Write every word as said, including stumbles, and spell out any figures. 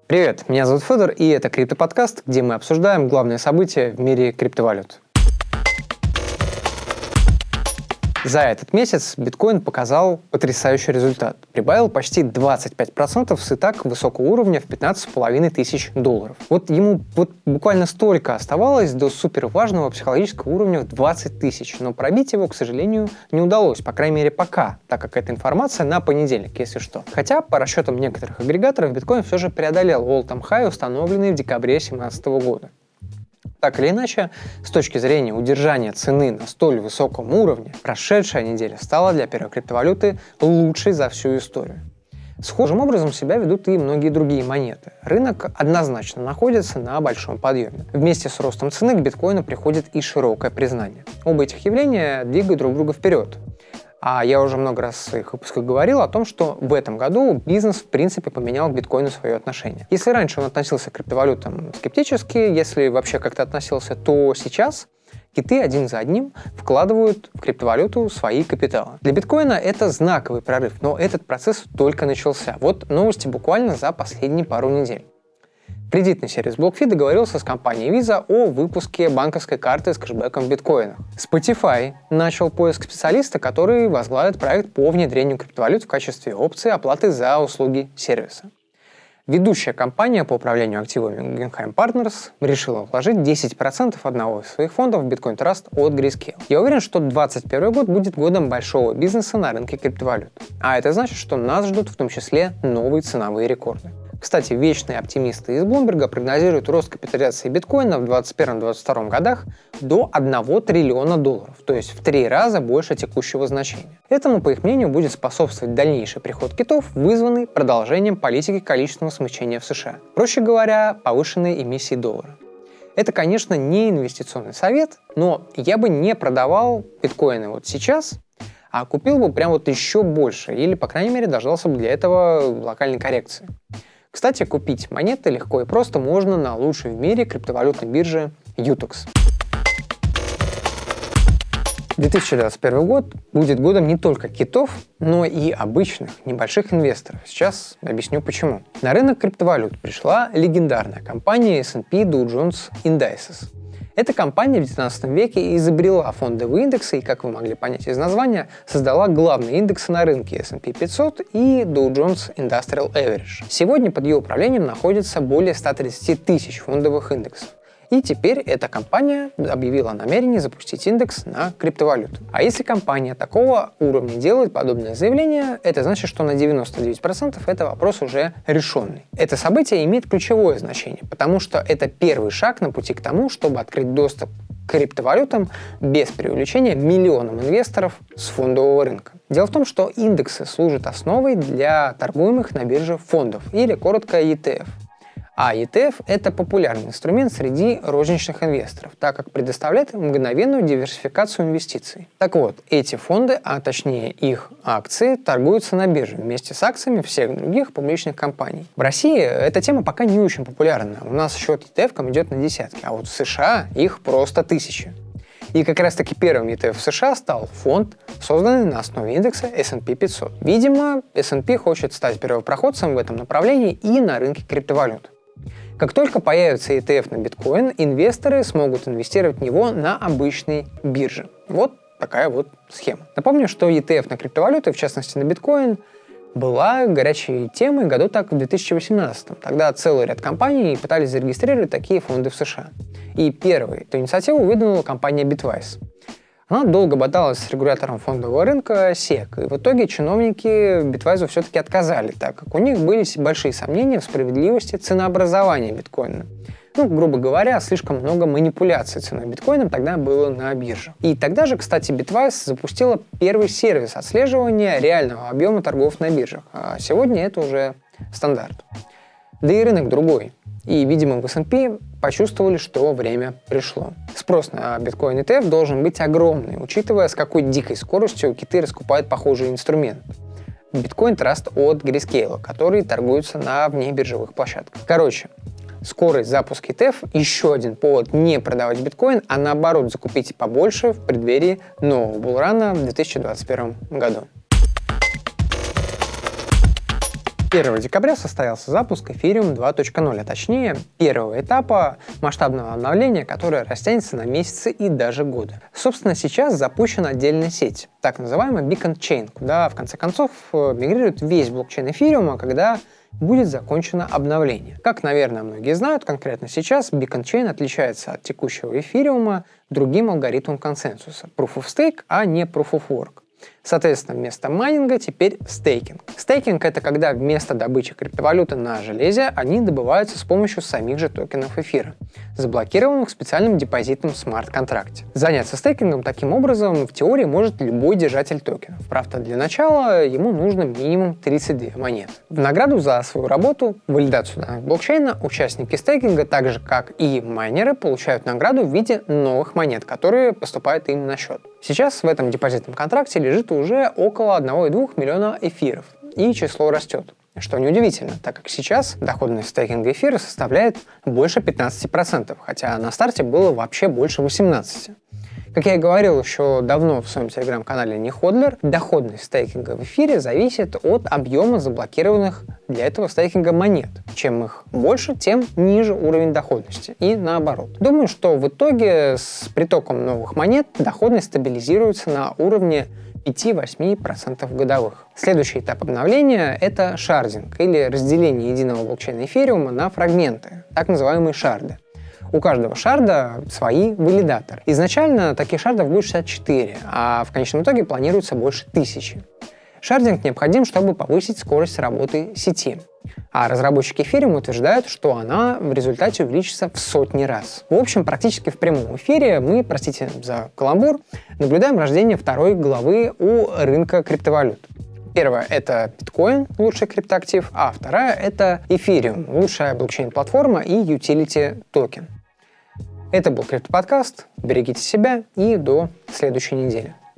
Привет, меня зовут Федор, и это Криптоподкаст, где мы обсуждаем главные события в мире криптовалют. За этот месяц биткоин показал потрясающий результат. Прибавил почти двадцать пять процентов с и так высокого уровня в пятнадцать с половиной тысяч долларов. Вот ему вот буквально столько оставалось до суперважного психологического уровня в двадцать тысяч, но пробить его, к сожалению, не удалось, по крайней мере пока, так как эта информация на понедельник, если что. Хотя, по расчетам некоторых агрегаторов, биткоин все же преодолел all-time high, установленный в декабре две тысячи семнадцатого года. Так или иначе, с точки зрения удержания цены на столь высоком уровне, прошедшая неделя стала для первой криптовалюты лучшей за всю историю. Схожим образом себя ведут и многие другие монеты. Рынок однозначно находится на большом подъеме. Вместе с ростом цены к биткоину приходит и широкое признание. Оба этих явления двигают друг друга вперед. А я уже много раз в своих выпусках говорил о том, что в этом году бизнес в принципе поменял к биткоину свое отношение. Если раньше он относился к криптовалютам скептически, если вообще как-то относился, то сейчас киты один за одним вкладывают в криптовалюту свои капиталы. Для биткоина это знаковый прорыв, но этот процесс только начался. Вот новости буквально за последние пару недель. Кредитный сервис BlockFi договорился с компанией Visa о выпуске банковской карты с кэшбэком в биткоинах. Spotify начал поиск специалиста, который возглавит проект по внедрению криптовалют в качестве опции оплаты за услуги сервиса. Ведущая компания по управлению активами Guggenheim Partners решила вложить десять процентов одного из своих фондов в Bitcoin Trust от Grayscale. Я уверен, что двадцать первый год будет годом большого бизнеса на рынке криптовалют. А это значит, что нас ждут в том числе новые ценовые рекорды. Кстати, вечные оптимисты из Bloomberg прогнозируют рост капитализации биткоина в двадцать первом — двадцать втором годах до одного триллиона долларов, то есть в три раза больше текущего значения. Этому, по их мнению, будет способствовать дальнейший приход китов, вызванный продолжением политики количественного смягчения в США. Проще говоря, повышенной эмиссии доллара. Это, конечно, не инвестиционный совет, но я бы не продавал биткоины вот сейчас, а купил бы прям вот еще больше, или, по крайней мере, дождался бы для этого локальной коррекции. Кстати, купить монеты легко и просто можно на лучшей в мире криптовалютной бирже Utex. две тысячи двадцать первый год будет годом не только китов, но и обычных небольших инвесторов. Сейчас объясню почему. На рынок криптовалют пришла легендарная компания эс энд пи Dow Jones Indices. Эта компания в девятнадцатом веке изобрела фондовые индексы и, как вы могли понять из названия, создала главные индексы на рынке эс энд пи пятьсот и Dow Jones Industrial Average. Сегодня под ее управлением находится более ста тридцати тысяч фондовых индексов. И теперь эта компания объявила о намерении запустить индекс на криптовалюту. А если компания такого уровня делает подобное заявление, это значит, что на девяносто девять процентов это вопрос уже решенный. Это событие имеет ключевое значение, потому что это первый шаг на пути к тому, чтобы открыть доступ к криптовалютам без преувеличения миллионам инвесторов с фондового рынка. Дело в том, что индексы служат основой для торгуемых на бирже фондов, или коротко и ти эф. А и ти эф – это популярный инструмент среди розничных инвесторов, так как предоставляет мгновенную диверсификацию инвестиций. Так вот, эти фонды, а точнее их акции, торгуются на бирже вместе с акциями всех других публичных компаний. В России эта тема пока не очень популярна. У нас счет и ти эф-кам идет на десятки, а вот в США их просто тысячи. И как раз таки первым и ти эф в США стал фонд, созданный на основе индекса эс энд пи пятьсот. Видимо, эс энд пи хочет стать первопроходцем в этом направлении и на рынке криптовалют. Как только появится и ти эф на биткоин, инвесторы смогут инвестировать в него на обычной бирже. Вот такая вот схема. Напомню, что и ти эф на криптовалюты, в частности на биткоин, была горячей темой году так в две тысячи восемнадцатом. Тогда целый ряд компаний пытались зарегистрировать такие фонды в США. И первой эту инициативу выдвинула компания Bitwise. Она долго бодалась с регулятором фондового рынка сек, и в итоге чиновники Bitwise все-таки отказали, так как у них были большие сомнения в справедливости ценообразования биткоина. Ну, грубо говоря, слишком много манипуляций ценой биткоином тогда было на бирже. И тогда же, кстати, Bitwise запустила первый сервис отслеживания реального объема торгов на биржах, а сегодня это уже стандарт. Да и рынок другой. И, видимо, в эс энд пи почувствовали, что время пришло. Спрос на биткоин и ти эф должен быть огромный, учитывая, с какой дикой скоростью киты раскупают похожий инструмент. Bitcoin Trust от Grayscale, который торгуется на внебиржевых площадках. Короче, скорость запуска и ти эф – еще один повод не продавать биткоин, а наоборот закупить побольше в преддверии нового булрана в две тысячи двадцать первом году. первого декабря состоялся запуск Ethereum два точка ноль, а точнее первого этапа масштабного обновления, которое растянется на месяцы и даже годы. Собственно, сейчас запущена отдельная сеть, так называемая Beacon Chain, куда в конце концов мигрирует весь блокчейн Ethereum, когда будет закончено обновление. Как, наверное, многие знают, конкретно сейчас Beacon Chain отличается от текущего Ethereum другим алгоритмом консенсуса – Proof of Stake, а не Proof of Work. Соответственно, вместо майнинга теперь стейкинг. Стейкинг — это когда вместо добычи криптовалюты на железе они добываются с помощью самих же токенов эфира, заблокированных специальным депозитом в смарт-контракте. Заняться стейкингом таким образом в теории может любой держатель токенов. Правда, для начала ему нужно минимум тридцать две монеты. В награду за свою работу, валидацию данных блокчейна, участники стейкинга, так же как и майнеры, получают награду в виде новых монет, которые поступают им на счет. Сейчас в этом депозитном контракте лежит уже около одного целых двух десятых миллиона эфиров, и число растет. Что неудивительно, так как сейчас доходность стейкинга эфира составляет больше пятнадцати процентов, хотя на старте было вообще больше восемнадцати процентов. Как я и говорил еще давно в своем телеграм-канале NeHodler, доходность стейкинга в эфире зависит от объема заблокированных для этого стейкинга монет. Чем их больше, тем ниже уровень доходности. И наоборот. Думаю, что в итоге с притоком новых монет доходность стабилизируется на уровне пяти-восьми процентов годовых. Следующий этап обновления — это шардинг, или разделение единого блокчейна эфириума на фрагменты, так называемые шарды. У каждого шарда свои валидаторы. Изначально таких шардов будет шестьдесят четыре, а в конечном итоге планируется больше тысячи. Шардинг необходим, чтобы повысить скорость работы сети. А разработчики эфириума утверждают, что она в результате увеличится в сотни раз. В общем, практически в прямом эфире мы, простите за каламбур, наблюдаем рождение второй главы у рынка криптовалют. Первая — это биткоин, лучший криптоактив, а вторая — это эфириум, лучшая блокчейн-платформа и utility-токен. Это был Криптоподкаст. Берегите себя и до следующей недели.